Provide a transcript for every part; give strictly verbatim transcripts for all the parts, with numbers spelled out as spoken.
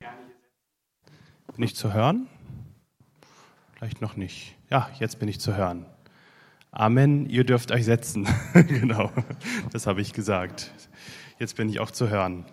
Bin ich zu hören? Vielleicht noch nicht. Ja, jetzt bin ich zu hören. Amen, ihr dürft euch setzen. Genau, das habe ich gesagt. Jetzt bin ich auch zu hören.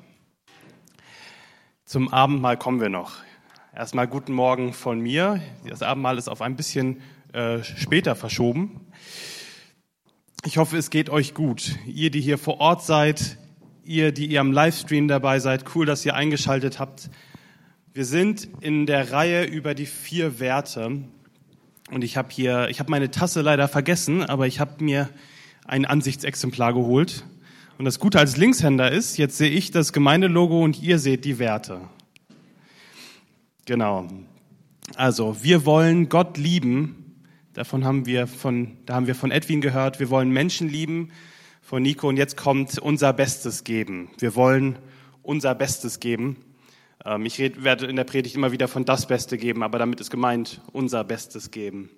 Zum Abendmahl kommen wir noch. Erstmal guten Morgen von mir. Das Abendmahl ist auf ein bisschen äh, später verschoben. Ich hoffe, es geht euch gut. Ihr, die hier vor Ort seid, ihr, die ihr am Livestream dabei seid, cool, dass ihr eingeschaltet habt. Wir sind in der Reihe über die vier Werte. Und ich habe hier, ich habe meine Tasse leider vergessen, aber ich habe mir ein Ansichtsexemplar geholt. Und das Gute als Linkshänder ist, jetzt sehe ich das Gemeindelogo und ihr seht die Werte. Genau. Also, wir wollen Gott lieben. Davon haben wir von, da haben wir von Edwin gehört. Wir wollen Menschen lieben von Nico. Und jetzt kommt unser Bestes geben. Wir wollen unser Bestes geben. Ich werde in der Predigt immer wieder von das Beste geben, aber damit ist gemeint, unser Bestes geben.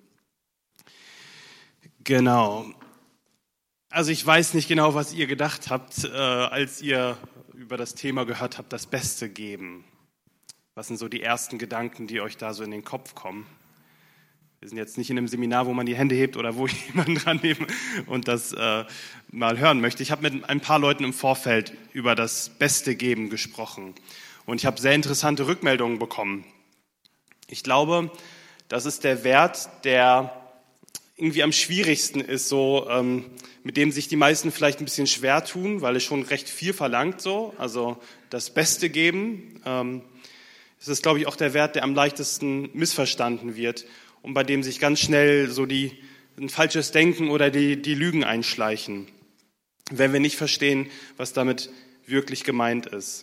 Genau. Also ich weiß nicht genau, was ihr gedacht habt, als ihr über das Thema gehört habt, das Beste geben. Was sind so die ersten Gedanken, die euch da so in den Kopf kommen? Wir sind jetzt nicht in einem Seminar, wo man die Hände hebt oder wo ich jemanden dran nehme und das äh, mal hören möchte. Ich habe mit ein paar Leuten im Vorfeld über das Beste geben gesprochen. Und ich habe sehr interessante Rückmeldungen bekommen. Ich glaube, das ist der Wert, der irgendwie am schwierigsten ist, so ähm, mit dem sich die meisten vielleicht ein bisschen schwer tun, weil es schon recht viel verlangt, so, also das Beste geben. Ähm, es ist, glaube ich, auch der Wert, der am leichtesten missverstanden wird und bei dem sich ganz schnell so die ein falsches Denken oder die die Lügen einschleichen, wenn wir nicht verstehen, was damit wirklich gemeint ist.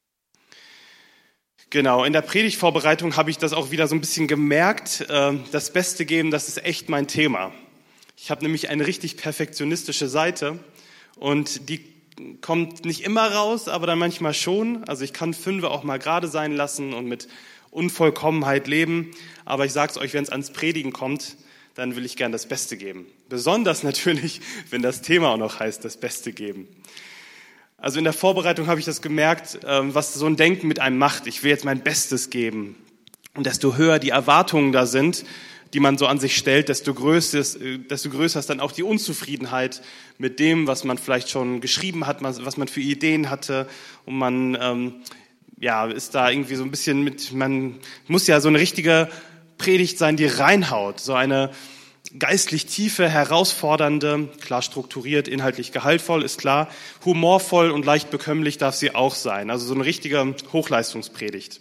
Genau, in der Predigtvorbereitung habe ich das auch wieder so ein bisschen gemerkt. Das Beste geben, das ist echt mein Thema. Ich habe nämlich eine richtig perfektionistische Seite und die kommt nicht immer raus, aber dann manchmal schon. Also ich kann Fünfe auch mal gerade sein lassen und mit Unvollkommenheit leben. Aber ich sage es euch, wenn es ans Predigen kommt, dann will ich gern das Beste geben. Besonders natürlich, wenn das Thema auch noch heißt, das Beste geben. Also in der Vorbereitung habe ich das gemerkt, was so ein Denken mit einem macht. Ich will jetzt mein Bestes geben. Und desto höher die Erwartungen da sind, die man so an sich stellt, desto größer ist, desto größer ist dann auch die Unzufriedenheit mit dem, was man vielleicht schon geschrieben hat, was man für Ideen hatte. Und man ähm, ja, ist da irgendwie so ein bisschen mit, man muss ja so eine richtige Predigt sein, die reinhaut. So eine geistlich tiefe, herausfordernde, klar strukturiert, inhaltlich gehaltvoll, ist klar. Humorvoll und leicht bekömmlich darf sie auch sein. Also so eine richtige Hochleistungspredigt.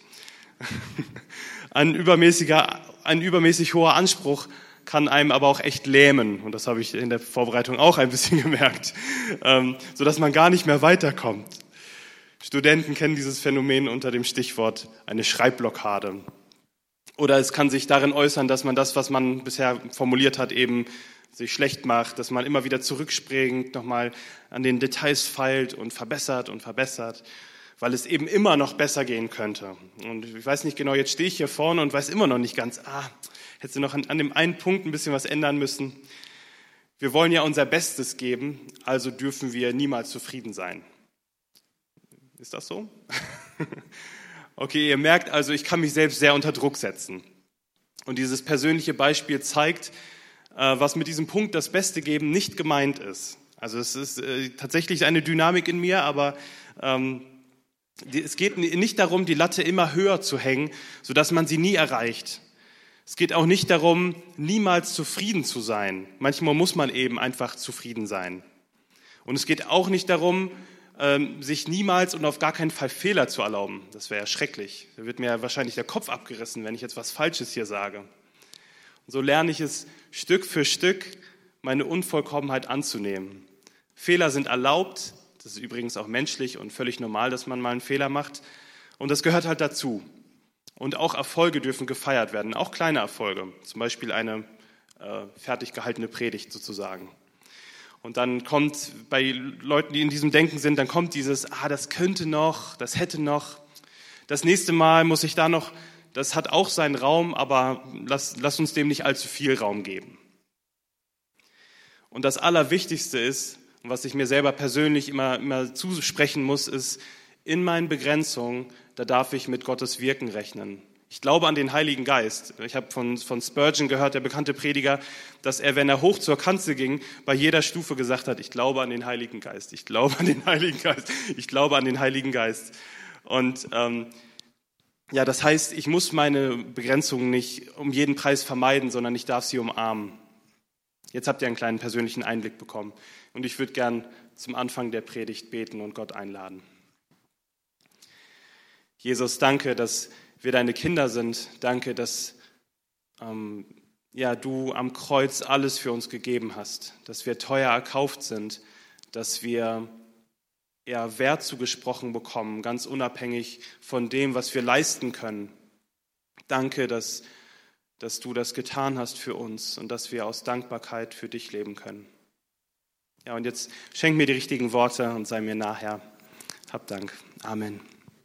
Ein übermäßiger, ein übermäßig hoher Anspruch kann einem aber auch echt lähmen. Und das habe ich in der Vorbereitung auch ein bisschen gemerkt. Ähm, sodass man gar nicht mehr weiterkommt. Studenten kennen dieses Phänomen unter dem Stichwort eine Schreibblockade. Oder es kann sich darin äußern, dass man das, was man bisher formuliert hat, eben sich schlecht macht, dass man immer wieder zurückspringt, nochmal an den Details feilt und verbessert und verbessert, weil es eben immer noch besser gehen könnte. Und ich weiß nicht genau, jetzt stehe ich hier vorne und weiß immer noch nicht ganz, ah, hätte noch an, an dem einen Punkt ein bisschen was ändern müssen. Wir wollen ja unser Bestes geben, also dürfen wir niemals zufrieden sein. Ist das so? Okay, ihr merkt also, ich kann mich selbst sehr unter Druck setzen. Und dieses persönliche Beispiel zeigt, was mit diesem Punkt das Beste geben nicht gemeint ist. Also es ist tatsächlich eine Dynamik in mir, aber ähm, es geht nicht darum, die Latte immer höher zu hängen, sodass man sie nie erreicht. Es geht auch nicht darum, niemals zufrieden zu sein. Manchmal muss man eben einfach zufrieden sein. Und es geht auch nicht darum, sich niemals und auf gar keinen Fall Fehler zu erlauben. Das wäre ja schrecklich. Da wird mir wahrscheinlich der Kopf abgerissen, wenn ich jetzt was Falsches hier sage. Und so lerne ich es Stück für Stück, meine Unvollkommenheit anzunehmen. Fehler sind erlaubt. Das ist übrigens auch menschlich und völlig normal, dass man mal einen Fehler macht. Und das gehört halt dazu. Und auch Erfolge dürfen gefeiert werden, auch kleine Erfolge. Zum Beispiel eine äh, fertig gehaltene Predigt sozusagen. Und dann kommt bei Leuten, die in diesem Denken sind, dann kommt dieses, ah, das könnte noch, das hätte noch. Das nächste Mal muss ich da noch, das hat auch seinen Raum, aber lass, lass uns dem nicht allzu viel Raum geben. Und das Allerwichtigste ist, und was ich mir selber persönlich immer, immer zusprechen muss, ist, in meinen Begrenzungen, da darf ich mit Gottes Wirken rechnen. Ich glaube an den Heiligen Geist. Ich habe von, von Spurgeon gehört, der bekannte Prediger, dass er, wenn er hoch zur Kanzel ging, bei jeder Stufe gesagt hat, ich glaube an den Heiligen Geist, ich glaube an den Heiligen Geist, ich glaube an den Heiligen Geist. Und ähm, ja, das heißt, ich muss meine Begrenzungen nicht um jeden Preis vermeiden, sondern ich darf sie umarmen. Jetzt habt ihr einen kleinen persönlichen Einblick bekommen. Und ich würde gern zum Anfang der Predigt beten und Gott einladen. Jesus, danke, dass wir deine Kinder sind. Danke, dass ähm, ja, du am Kreuz alles für uns gegeben hast, dass wir teuer erkauft sind, dass wir ja, Wert zugesprochen bekommen, ganz unabhängig von dem, was wir leisten können. Danke, dass, dass du das getan hast für uns und dass wir aus Dankbarkeit für dich leben können. Ja, und jetzt schenk mir die richtigen Worte und sei mir nah, Herr. Hab Dank. Amen.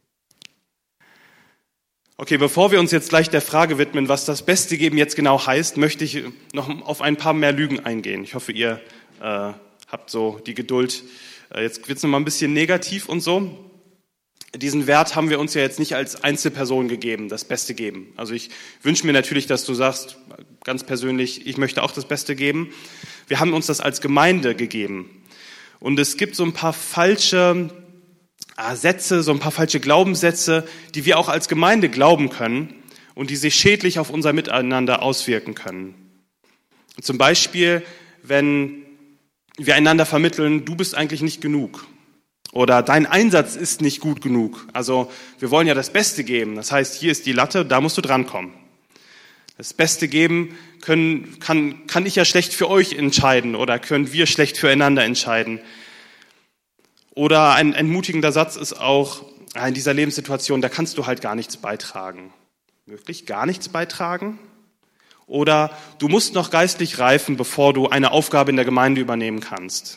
Okay, bevor wir uns jetzt gleich der Frage widmen, was das Beste geben jetzt genau heißt, möchte ich noch auf ein paar mehr Lügen eingehen. Ich hoffe, ihr äh, habt so die Geduld. Äh, jetzt wird es nochmal ein bisschen negativ und so. Diesen Wert haben wir uns ja jetzt nicht als Einzelperson gegeben, das Beste geben. Also ich wünsche mir natürlich, dass du sagst, ganz persönlich, ich möchte auch das Beste geben. Wir haben uns das als Gemeinde gegeben. Und es gibt so ein paar falsche Sätze, so ein paar falsche Glaubenssätze, die wir auch als Gemeinde glauben können und die sich schädlich auf unser Miteinander auswirken können. Zum Beispiel, wenn wir einander vermitteln, du bist eigentlich nicht genug oder dein Einsatz ist nicht gut genug. Also wir wollen ja das Beste geben. Das heißt, hier ist die Latte, da musst du drankommen. Das Beste geben können, kann, kann ich ja schlecht für euch entscheiden oder können wir schlecht füreinander entscheiden. Oder ein entmutigender Satz ist auch, in dieser Lebenssituation, da kannst du halt gar nichts beitragen. Wirklich gar nichts beitragen? Oder du musst noch geistlich reifen, bevor du eine Aufgabe in der Gemeinde übernehmen kannst.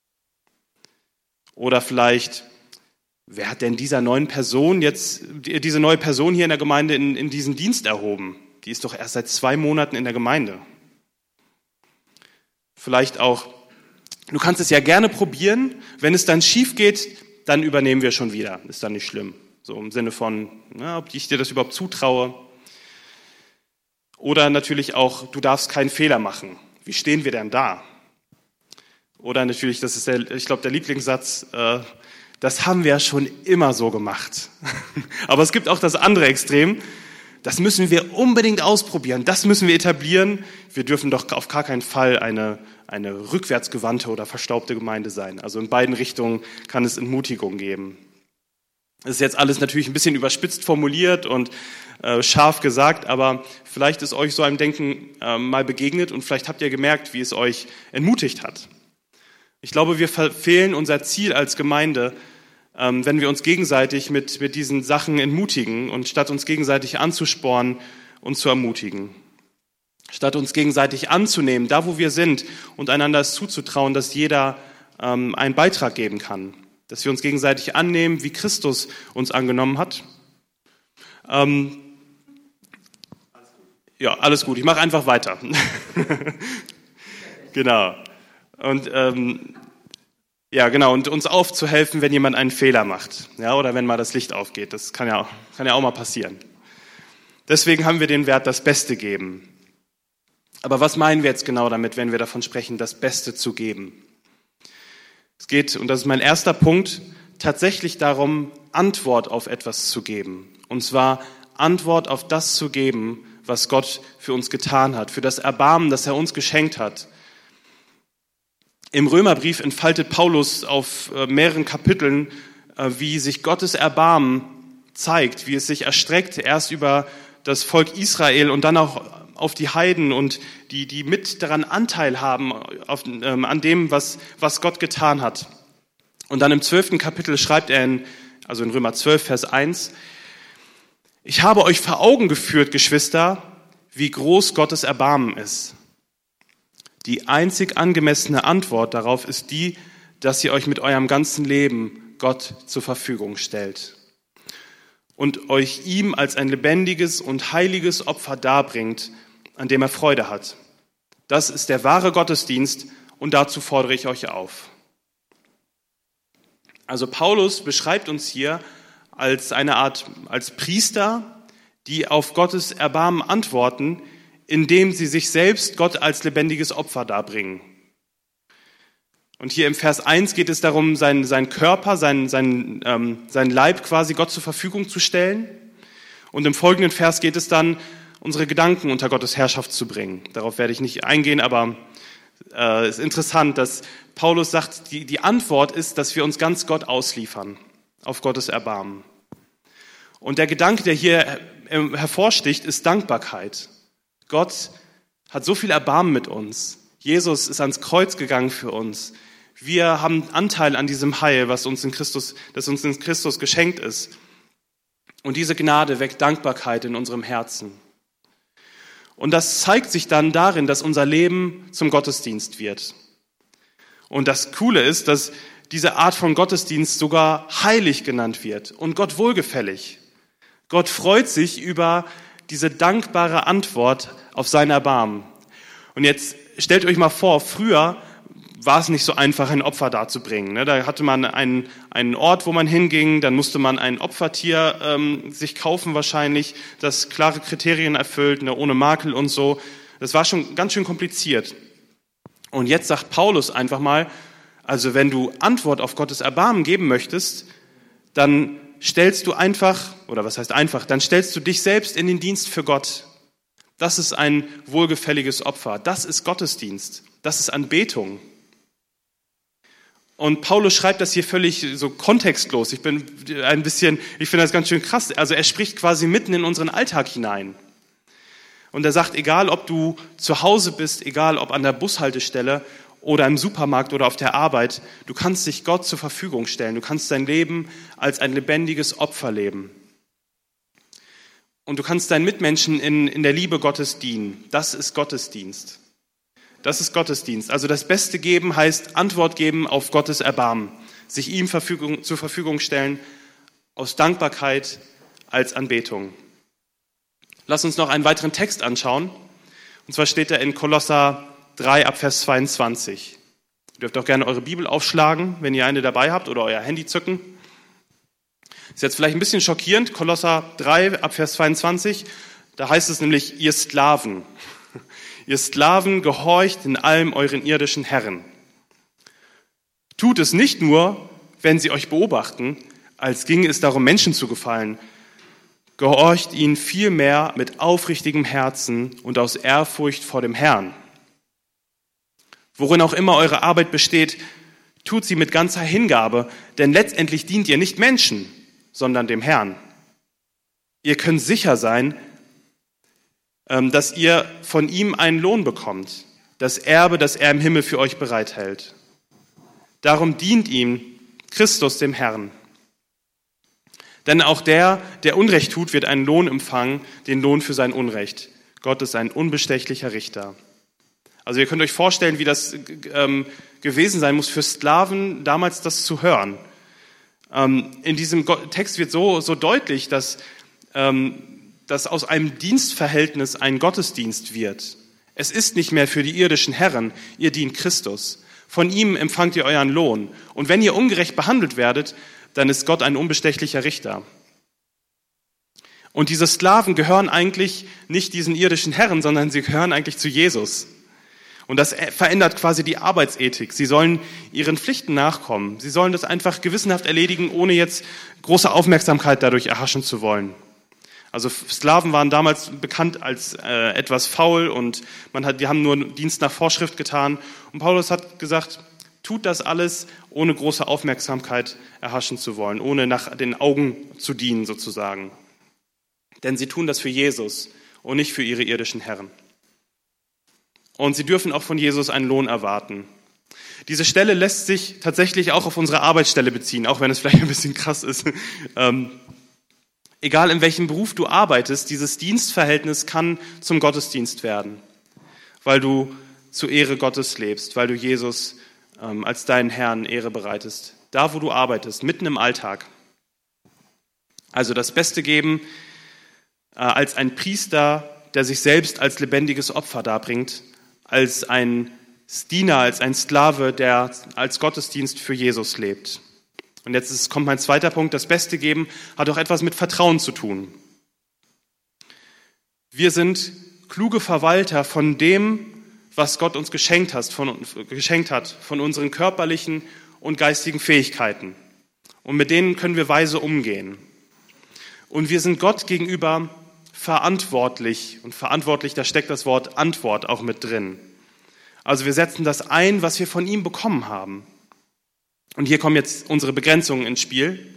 Oder vielleicht, wer hat denn dieser neuen Person jetzt, diese neue Person hier in der Gemeinde in, in diesen Dienst erhoben? Die ist doch erst seit zwei Monaten in der Gemeinde. Vielleicht auch, du kannst es ja gerne probieren, wenn es dann schief geht, dann übernehmen wir schon wieder, ist dann nicht schlimm. So im Sinne von, na, ob ich dir das überhaupt zutraue. Oder natürlich auch, du darfst keinen Fehler machen. Wie stehen wir denn da? Oder natürlich, das ist der, ich glaube, der Lieblingssatz, äh, das haben wir ja schon immer so gemacht. Aber es gibt auch das andere Extrem, das müssen wir unbedingt ausprobieren, das müssen wir etablieren. Wir dürfen doch auf gar keinen Fall eine, eine rückwärtsgewandte oder verstaubte Gemeinde sein. Also in beiden Richtungen kann es Entmutigung geben. Das ist jetzt alles natürlich ein bisschen überspitzt formuliert und äh, scharf gesagt, aber vielleicht ist euch so einem Denken äh, mal begegnet und vielleicht habt ihr gemerkt, wie es euch entmutigt hat. Ich glaube, wir verfehlen unser Ziel als Gemeinde, ähm, wenn wir uns gegenseitig mit, mit diesen Sachen entmutigen und statt uns gegenseitig anzuspornen und zu ermutigen. Statt uns gegenseitig anzunehmen, da wo wir sind und einander es zuzutrauen, dass jeder ähm, einen Beitrag geben kann. Dass wir uns gegenseitig annehmen, wie Christus uns angenommen hat. Ähm, ja, alles gut. Ich mache einfach weiter. Genau. Und ähm, ja, genau. Und uns aufzuhelfen, wenn jemand einen Fehler macht, ja, oder wenn mal das Licht aufgeht. Das kann ja, kann ja auch mal passieren. Deswegen haben wir den Wert, das Beste geben. Aber was meinen wir jetzt genau damit, wenn wir davon sprechen, das Beste zu geben? Es geht, und das ist mein erster Punkt, tatsächlich darum, Antwort auf etwas zu geben. Und zwar Antwort auf das zu geben, was Gott für uns getan hat, für das Erbarmen, das er uns geschenkt hat. Im Römerbrief entfaltet Paulus auf mehreren Kapiteln, wie sich Gottes Erbarmen zeigt, wie es sich erstreckt, erst über das Volk Israel und dann auch auf die Heiden und die, die mit daran Anteil haben, auf, ähm, an dem, was, was Gott getan hat. Und dann im zwölften Kapitel schreibt er, in, also in Römer zwölf, Vers eins, ich habe euch vor Augen geführt, Geschwister, wie groß Gottes Erbarmen ist. Die einzig angemessene Antwort darauf ist die, dass ihr euch mit eurem ganzen Leben Gott zur Verfügung stellt und euch ihm als ein lebendiges und heiliges Opfer darbringt, an dem er Freude hat. Das ist der wahre Gottesdienst und dazu fordere ich euch auf. Also Paulus beschreibt uns hier als eine Art, als Priester, die auf Gottes Erbarmen antworten, indem sie sich selbst Gott als lebendiges Opfer darbringen. Und hier im Vers eins geht es darum, seinen, seinen Körper, seinen, seinen, ähm, seinen Leib quasi Gott zur Verfügung zu stellen. Und im folgenden Vers geht es dann, unsere Gedanken unter Gottes Herrschaft zu bringen. Darauf werde ich nicht eingehen, aber äh, es ist interessant, dass Paulus sagt, die, die Antwort ist, dass wir uns ganz Gott ausliefern, auf Gottes Erbarmen. Und der Gedanke, der hier hervorsticht, ist Dankbarkeit. Gott hat so viel Erbarmen mit uns. Jesus ist ans Kreuz gegangen für uns. Wir haben Anteil an diesem Heil, was uns in Christus, das uns in Christus geschenkt ist. Und diese Gnade weckt Dankbarkeit in unserem Herzen. Und das zeigt sich dann darin, dass unser Leben zum Gottesdienst wird. Und das Coole ist, dass diese Art von Gottesdienst sogar heilig genannt wird und Gott wohlgefällig. Gott freut sich über diese dankbare Antwort auf sein Erbarmen. Und jetzt stellt euch mal vor, früher war es nicht so einfach, ein Opfer darzubringen. Da hatte man einen, einen Ort, wo man hinging, dann musste man ein Opfertier ähm, sich kaufen wahrscheinlich, das klare Kriterien erfüllt, ne, ohne Makel und so. Das war schon ganz schön kompliziert. Und jetzt sagt Paulus einfach mal, also wenn du Antwort auf Gottes Erbarmen geben möchtest, dann stellst du einfach, oder was heißt einfach, dann stellst du dich selbst in den Dienst für Gott. Das ist ein wohlgefälliges Opfer. Das ist Gottesdienst. Das ist Anbetung. Und Paulus schreibt das hier völlig so kontextlos. Ich bin ein bisschen, ich finde das ganz schön krass. Also er spricht quasi mitten in unseren Alltag hinein. Und er sagt, egal ob du zu Hause bist, egal ob an der Bushaltestelle oder im Supermarkt oder auf der Arbeit, du kannst dich Gott zur Verfügung stellen. Du kannst dein Leben als ein lebendiges Opfer leben. Und du kannst deinen Mitmenschen in, in der Liebe Gottes dienen. Das ist Gottesdienst. Das ist Gottesdienst. Also das Beste geben heißt Antwort geben auf Gottes Erbarmen. Sich ihm Verfügung, zur Verfügung stellen aus Dankbarkeit als Anbetung. Lass uns noch einen weiteren Text anschauen. Und zwar steht er in Kolosser drei ab Vers zweiundzwanzig. Ihr dürft auch gerne eure Bibel aufschlagen, wenn ihr eine dabei habt, oder euer Handy zücken. Ist jetzt vielleicht ein bisschen schockierend, Kolosser drei ab Vers zweiundzwanzig, da heißt es nämlich, ihr Sklaven, ihr Sklaven gehorcht in allem euren irdischen Herren. Tut es nicht nur, wenn sie euch beobachten, als ginge es darum, Menschen zu gefallen. Gehorcht ihnen vielmehr mit aufrichtigem Herzen und aus Ehrfurcht vor dem Herrn. Worin auch immer eure Arbeit besteht, tut sie mit ganzer Hingabe, denn letztendlich dient ihr nicht Menschen, sondern dem Herrn. Ihr könnt sicher sein, dass ihr von ihm einen Lohn bekommt, das Erbe, das er im Himmel für euch bereithält. Darum dient ihm Christus dem Herrn. Denn auch der, der Unrecht tut, wird einen Lohn empfangen, den Lohn für sein Unrecht. Gott ist ein unbestechlicher Richter. Also ihr könnt euch vorstellen, wie das ähm, gewesen sein muss für Sklaven, damals das zu hören. Ähm, in diesem Text wird so, so deutlich, dass, ähm, dass aus einem Dienstverhältnis ein Gottesdienst wird. Es ist nicht mehr für die irdischen Herren, ihr dient Christus. Von ihm empfangt ihr euren Lohn. Und wenn ihr ungerecht behandelt werdet, dann ist Gott ein unbestechlicher Richter. Und diese Sklaven gehören eigentlich nicht diesen irdischen Herren, sondern sie gehören eigentlich zu Jesus. Und das verändert quasi die Arbeitsethik. Sie sollen ihren Pflichten nachkommen. Sie sollen das einfach gewissenhaft erledigen, ohne jetzt große Aufmerksamkeit dadurch erhaschen zu wollen. Also Sklaven waren damals bekannt als äh, etwas faul und man hat, die haben nur Dienst nach Vorschrift getan. Und Paulus hat gesagt, tut das alles, ohne große Aufmerksamkeit erhaschen zu wollen, ohne nach den Augen zu dienen sozusagen. Denn sie tun das für Jesus und nicht für ihre irdischen Herren. Und sie dürfen auch von Jesus einen Lohn erwarten. Diese Stelle lässt sich tatsächlich auch auf unsere Arbeitsstelle beziehen, auch wenn es vielleicht ein bisschen krass ist. Ähm, egal in welchem Beruf du arbeitest, dieses Dienstverhältnis kann zum Gottesdienst werden, weil du zur Ehre Gottes lebst, weil du Jesus ähm, als deinen Herrn Ehre bereitest. Da, wo du arbeitest, mitten im Alltag. Also das Beste geben äh, als ein Priester, der sich selbst als lebendiges Opfer darbringt, als ein Diener, als ein Sklave, der als Gottesdienst für Jesus lebt. Und jetzt ist, kommt mein zweiter Punkt, das Beste geben hat auch etwas mit Vertrauen zu tun. Wir sind kluge Verwalter von dem, was Gott uns geschenkt hat, von, geschenkt hat, von unseren körperlichen und geistigen Fähigkeiten. Und mit denen können wir weise umgehen. Und wir sind Gott gegenüber verantwortlich. Und verantwortlich, da steckt das Wort Antwort auch mit drin. Also wir setzen das ein, was wir von ihm bekommen haben. Und hier kommen jetzt unsere Begrenzungen ins Spiel.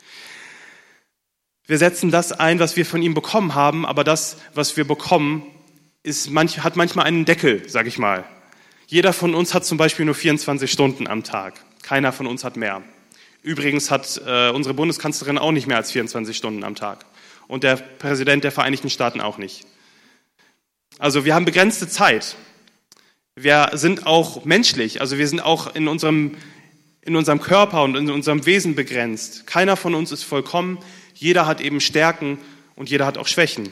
Wir setzen das ein, was wir von ihm bekommen haben, aber das, was wir bekommen, ist manch, hat manchmal einen Deckel, sag ich mal. Jeder von uns hat zum Beispiel nur vierundzwanzig Stunden am Tag. Keiner von uns hat mehr. Übrigens hat äh, unsere Bundeskanzlerin auch nicht mehr als vierundzwanzig Stunden am Tag. Und der Präsident der Vereinigten Staaten auch nicht. Also wir haben begrenzte Zeit. Wir sind auch menschlich, also wir sind auch in unserem, in unserem Körper und in unserem Wesen begrenzt. Keiner von uns ist vollkommen. Jeder hat eben Stärken und jeder hat auch Schwächen.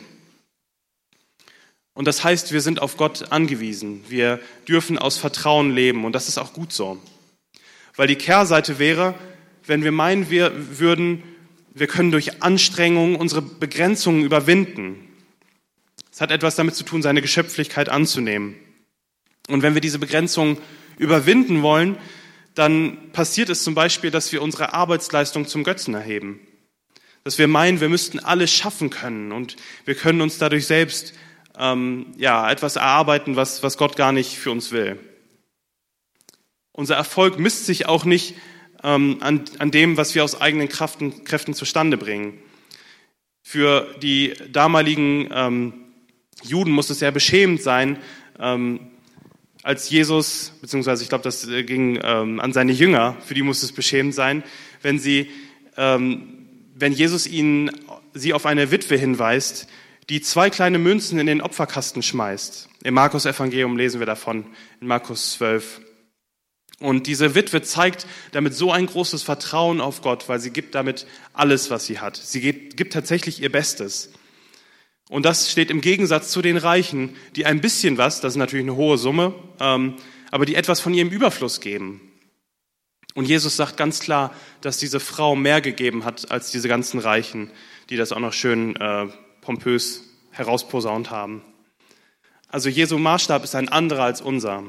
Und das heißt, wir sind auf Gott angewiesen. Wir dürfen aus Vertrauen leben und das ist auch gut so. Weil die Kehrseite wäre, wenn wir meinen, wir würden, wir können durch Anstrengung unsere Begrenzungen überwinden. Es hat etwas damit zu tun, seine Geschöpflichkeit anzunehmen. Und wenn wir diese Begrenzungen überwinden wollen, dann passiert es zum Beispiel, dass wir unsere Arbeitsleistung zum Götzen erheben. Dass wir meinen, wir müssten alles schaffen können und wir können uns dadurch selbst ähm, ja, etwas erarbeiten, was, was Gott gar nicht für uns will. Unser Erfolg misst sich auch nicht ähm, an, an dem, was wir aus eigenen Kraften, Kräften zustande bringen. Für die damaligen ähm, Juden muss es sehr beschämend sein, ähm, als Jesus, beziehungsweise ich glaube, das ging ähm, an seine Jünger, für die muss es beschämend sein, wenn sie, ähm, wenn Jesus ihnen, sie auf eine Witwe hinweist, die zwei kleine Münzen in den Opferkasten schmeißt. Im Markus-Evangelium lesen wir davon, in Markus zwölf. Und diese Witwe zeigt damit so ein großes Vertrauen auf Gott, weil sie gibt damit alles, was sie hat. Sie gibt, gibt tatsächlich ihr Bestes. Und das steht im Gegensatz zu den Reichen, die ein bisschen was, das ist natürlich eine hohe Summe, ähm, aber die etwas von ihrem Überfluss geben. Und Jesus sagt ganz klar, dass diese Frau mehr gegeben hat als diese ganzen Reichen, die das auch noch schön äh, pompös herausposaunt haben. Also Jesu Maßstab ist ein anderer als unser.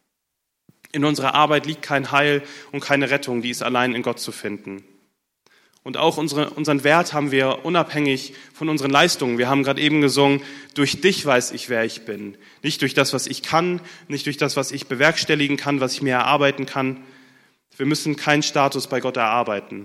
In unserer Arbeit liegt kein Heil und keine Rettung, die ist allein in Gott zu finden. Und auch unsere, unseren Wert haben wir unabhängig von unseren Leistungen. Wir haben gerade eben gesungen, durch dich weiß ich, wer ich bin. Nicht durch das, was ich kann, nicht durch das, was ich bewerkstelligen kann, was ich mir erarbeiten kann. Wir müssen keinen Status bei Gott erarbeiten.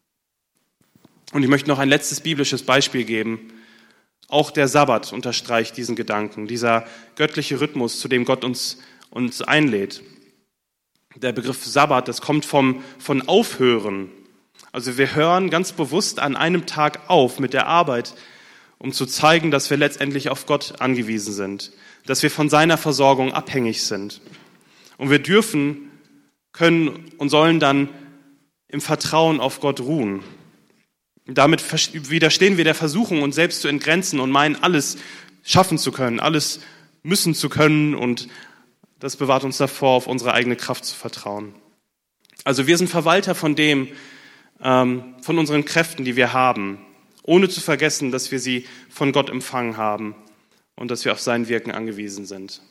Und ich möchte noch ein letztes biblisches Beispiel geben. Auch der Sabbat unterstreicht diesen Gedanken, dieser göttliche Rhythmus, zu dem Gott uns, uns einlädt. Der Begriff Sabbat, das kommt vom, von Aufhören. Also wir hören ganz bewusst an einem Tag auf mit der Arbeit, um zu zeigen, dass wir letztendlich auf Gott angewiesen sind, dass wir von seiner Versorgung abhängig sind. Und wir dürfen, können und sollen dann im Vertrauen auf Gott ruhen. Damit widerstehen wir der Versuchung, uns selbst zu entgrenzen und meinen, alles schaffen zu können, alles müssen zu können, und das bewahrt uns davor, auf unsere eigene Kraft zu vertrauen. Also wir sind Verwalter von dem, ähm, von unseren Kräften, die wir haben, ohne zu vergessen, dass wir sie von Gott empfangen haben und dass wir auf sein Wirken angewiesen sind.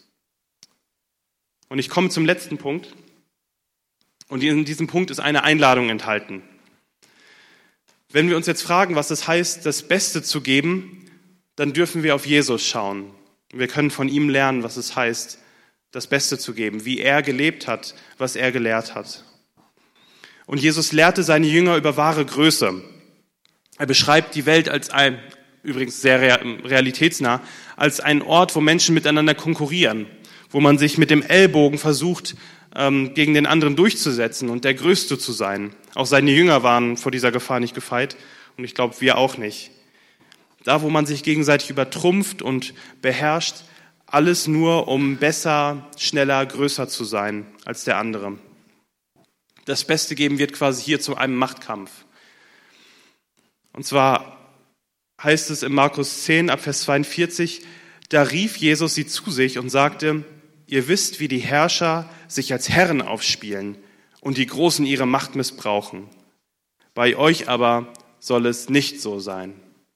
Und ich komme zum letzten Punkt. Und in diesem Punkt ist eine Einladung enthalten. Wenn wir uns jetzt fragen, was es heißt, das Beste zu geben, dann dürfen wir auf Jesus schauen. Wir können von ihm lernen, was es heißt, das Beste zu geben, wie er gelebt hat, was er gelehrt hat. Und Jesus lehrte seine Jünger über wahre Größe. Er beschreibt die Welt als ein, übrigens sehr realitätsnah, als einen Ort, wo Menschen miteinander konkurrieren, wo man sich mit dem Ellbogen versucht, gegen den anderen durchzusetzen und der Größte zu sein. Auch seine Jünger waren vor dieser Gefahr nicht gefeit und ich glaube, wir auch nicht. Da, wo man sich gegenseitig übertrumpft und beherrscht, alles nur, um besser, schneller, größer zu sein als der andere. Das Beste geben wird quasi hier zu einem Machtkampf. Und zwar heißt es in Markus zehn, ab Vers zweiundvierzig, da rief Jesus sie zu sich und sagte, ihr wisst, wie die Herrscher sich als Herren aufspielen und die Großen ihre Macht missbrauchen. Bei euch aber soll es nicht so sein.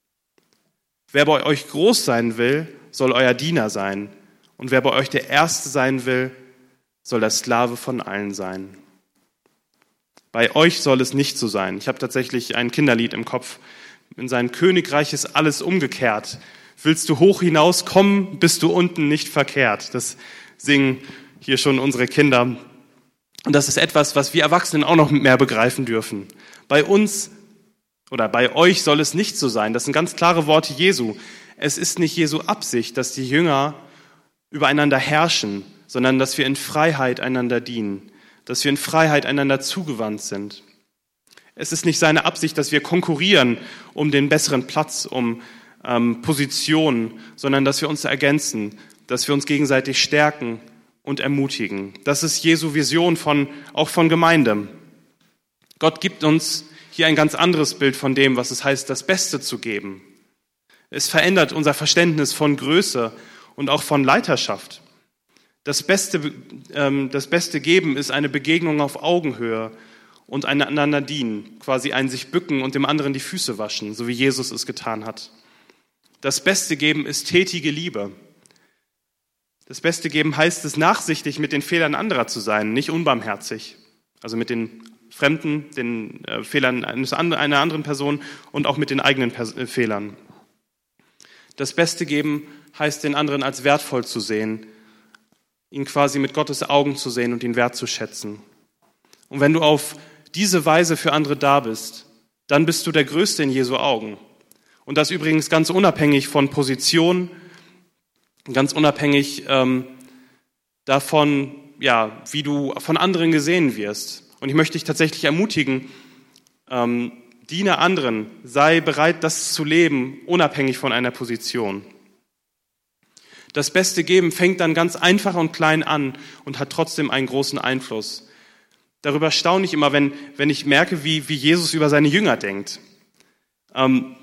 Wer bei euch groß sein will, soll euer Diener sein. Und wer bei euch der Erste sein will, soll der Sklave von allen sein. Bei euch soll es nicht so sein. Ich habe tatsächlich ein Kinderlied im Kopf. In sein Königreich ist alles umgekehrt. Willst du hoch hinauskommen, bist du unten nicht verkehrt. Das singen hier schon unsere Kinder. Und das ist etwas, was wir Erwachsenen auch noch mehr begreifen dürfen. Bei uns oder bei euch soll es nicht so sein. Das sind ganz klare Worte Jesu. Es ist nicht Jesu Absicht, dass die Jünger übereinander herrschen, sondern dass wir in Freiheit einander dienen, dass wir in Freiheit einander zugewandt sind. Es ist nicht seine Absicht, dass wir konkurrieren um den besseren Platz, um ähm, Positionen, sondern dass wir uns ergänzen, dass wir uns gegenseitig stärken und ermutigen. Das ist Jesu Vision von, auch von Gemeinde. Gott gibt uns hier ein ganz anderes Bild von dem, was es heißt, das Beste zu geben. Es verändert unser Verständnis von Größe und auch von Leiterschaft. Das Beste, ähm, das Beste geben ist eine Begegnung auf Augenhöhe und einander dienen, quasi ein sich bücken und dem anderen die Füße waschen, so wie Jesus es getan hat. Das Beste geben ist tätige Liebe. Das Beste geben heißt es, nachsichtig mit den Fehlern anderer zu sein, nicht unbarmherzig. Also mit den Fremden, den äh, Fehlern eines, einer anderen Person und auch mit den eigenen Pers- äh, Fehlern. Das Beste geben heißt, den anderen als wertvoll zu sehen, ihn quasi mit Gottes Augen zu sehen und ihn wertzuschätzen. Und wenn du auf diese Weise für andere da bist, dann bist du der Größte in Jesu Augen. Und das übrigens ganz unabhängig von Position, ganz unabhängig ähm, davon, ja, wie du von anderen gesehen wirst. Und ich möchte dich tatsächlich ermutigen, ähm, diene anderen, sei bereit, das zu leben, unabhängig von einer Position. Das Beste geben fängt dann ganz einfach und klein an und hat trotzdem einen großen Einfluss. Darüber staune ich immer, wenn, wenn ich merke, wie, wie Jesus über seine Jünger denkt. Ähm,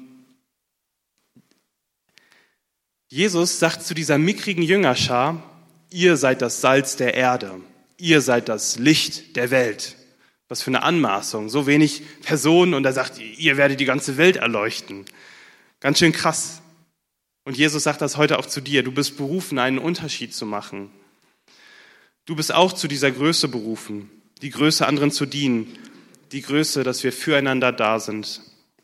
Jesus sagt zu dieser mickrigen Jüngerschar, ihr seid das Salz der Erde, ihr seid das Licht der Welt. Was für eine Anmaßung, so wenig Personen und er sagt, ihr werdet die ganze Welt erleuchten. Ganz schön krass. Und Jesus sagt das heute auch zu dir, du bist berufen, einen Unterschied zu machen. Du bist auch zu dieser Größe berufen, die Größe anderen zu dienen, die Größe, dass wir füreinander da sind.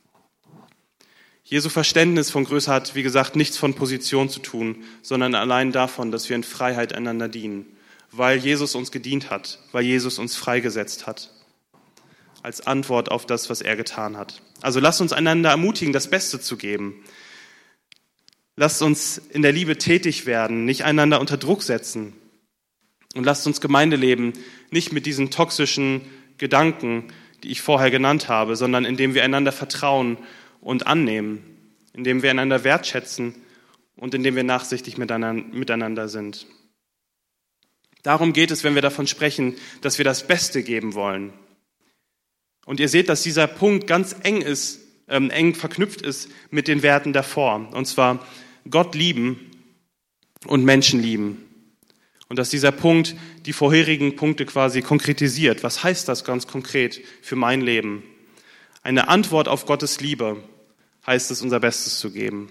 Jesu Verständnis von Größe hat, wie gesagt, nichts von Position zu tun, sondern allein davon, dass wir in Freiheit einander dienen, weil Jesus uns gedient hat, weil Jesus uns freigesetzt hat, als Antwort auf das, was er getan hat. Also lasst uns einander ermutigen, das Beste zu geben. Lasst uns in der Liebe tätig werden, nicht einander unter Druck setzen. Und lasst uns Gemeindeleben nicht mit diesen toxischen Gedanken, die ich vorher genannt habe, sondern indem wir einander vertrauen und annehmen, indem wir einander wertschätzen und indem wir nachsichtig miteinander sind. Darum geht es, wenn wir davon sprechen, dass wir das Beste geben wollen. Und ihr seht, dass dieser Punkt ganz eng ist, ähm, eng verknüpft ist mit den Werten davor. Und zwar Gott lieben und Menschen lieben. Und dass dieser Punkt die vorherigen Punkte quasi konkretisiert. Was heißt das ganz konkret für mein Leben? Eine Antwort auf Gottes Liebe heißt es, unser Bestes zu geben.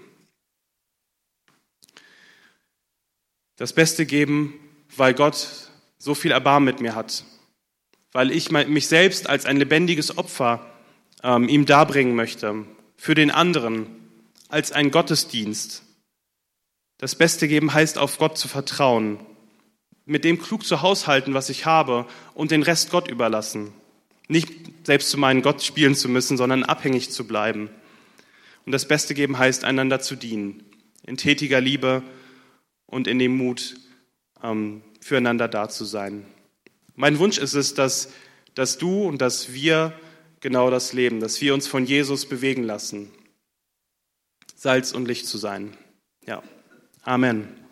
Das Beste geben, weil Gott so viel Erbarmen mit mir hat. Weil ich mich selbst als ein lebendiges Opfer ähm, ihm darbringen möchte. Für den anderen, als ein Gottesdienst. Das Beste geben heißt, auf Gott zu vertrauen. Mit dem klug zu haushalten, was ich habe und den Rest Gott überlassen. Nicht selbst zu meinen Gott spielen zu müssen, sondern abhängig zu bleiben. Und das Beste geben heißt, einander zu dienen. In tätiger Liebe und in dem Mut, ähm, füreinander da zu sein. Mein Wunsch ist es, dass, dass du und dass wir genau das leben, dass wir uns von Jesus bewegen lassen, Salz und Licht zu sein. Ja, Amen.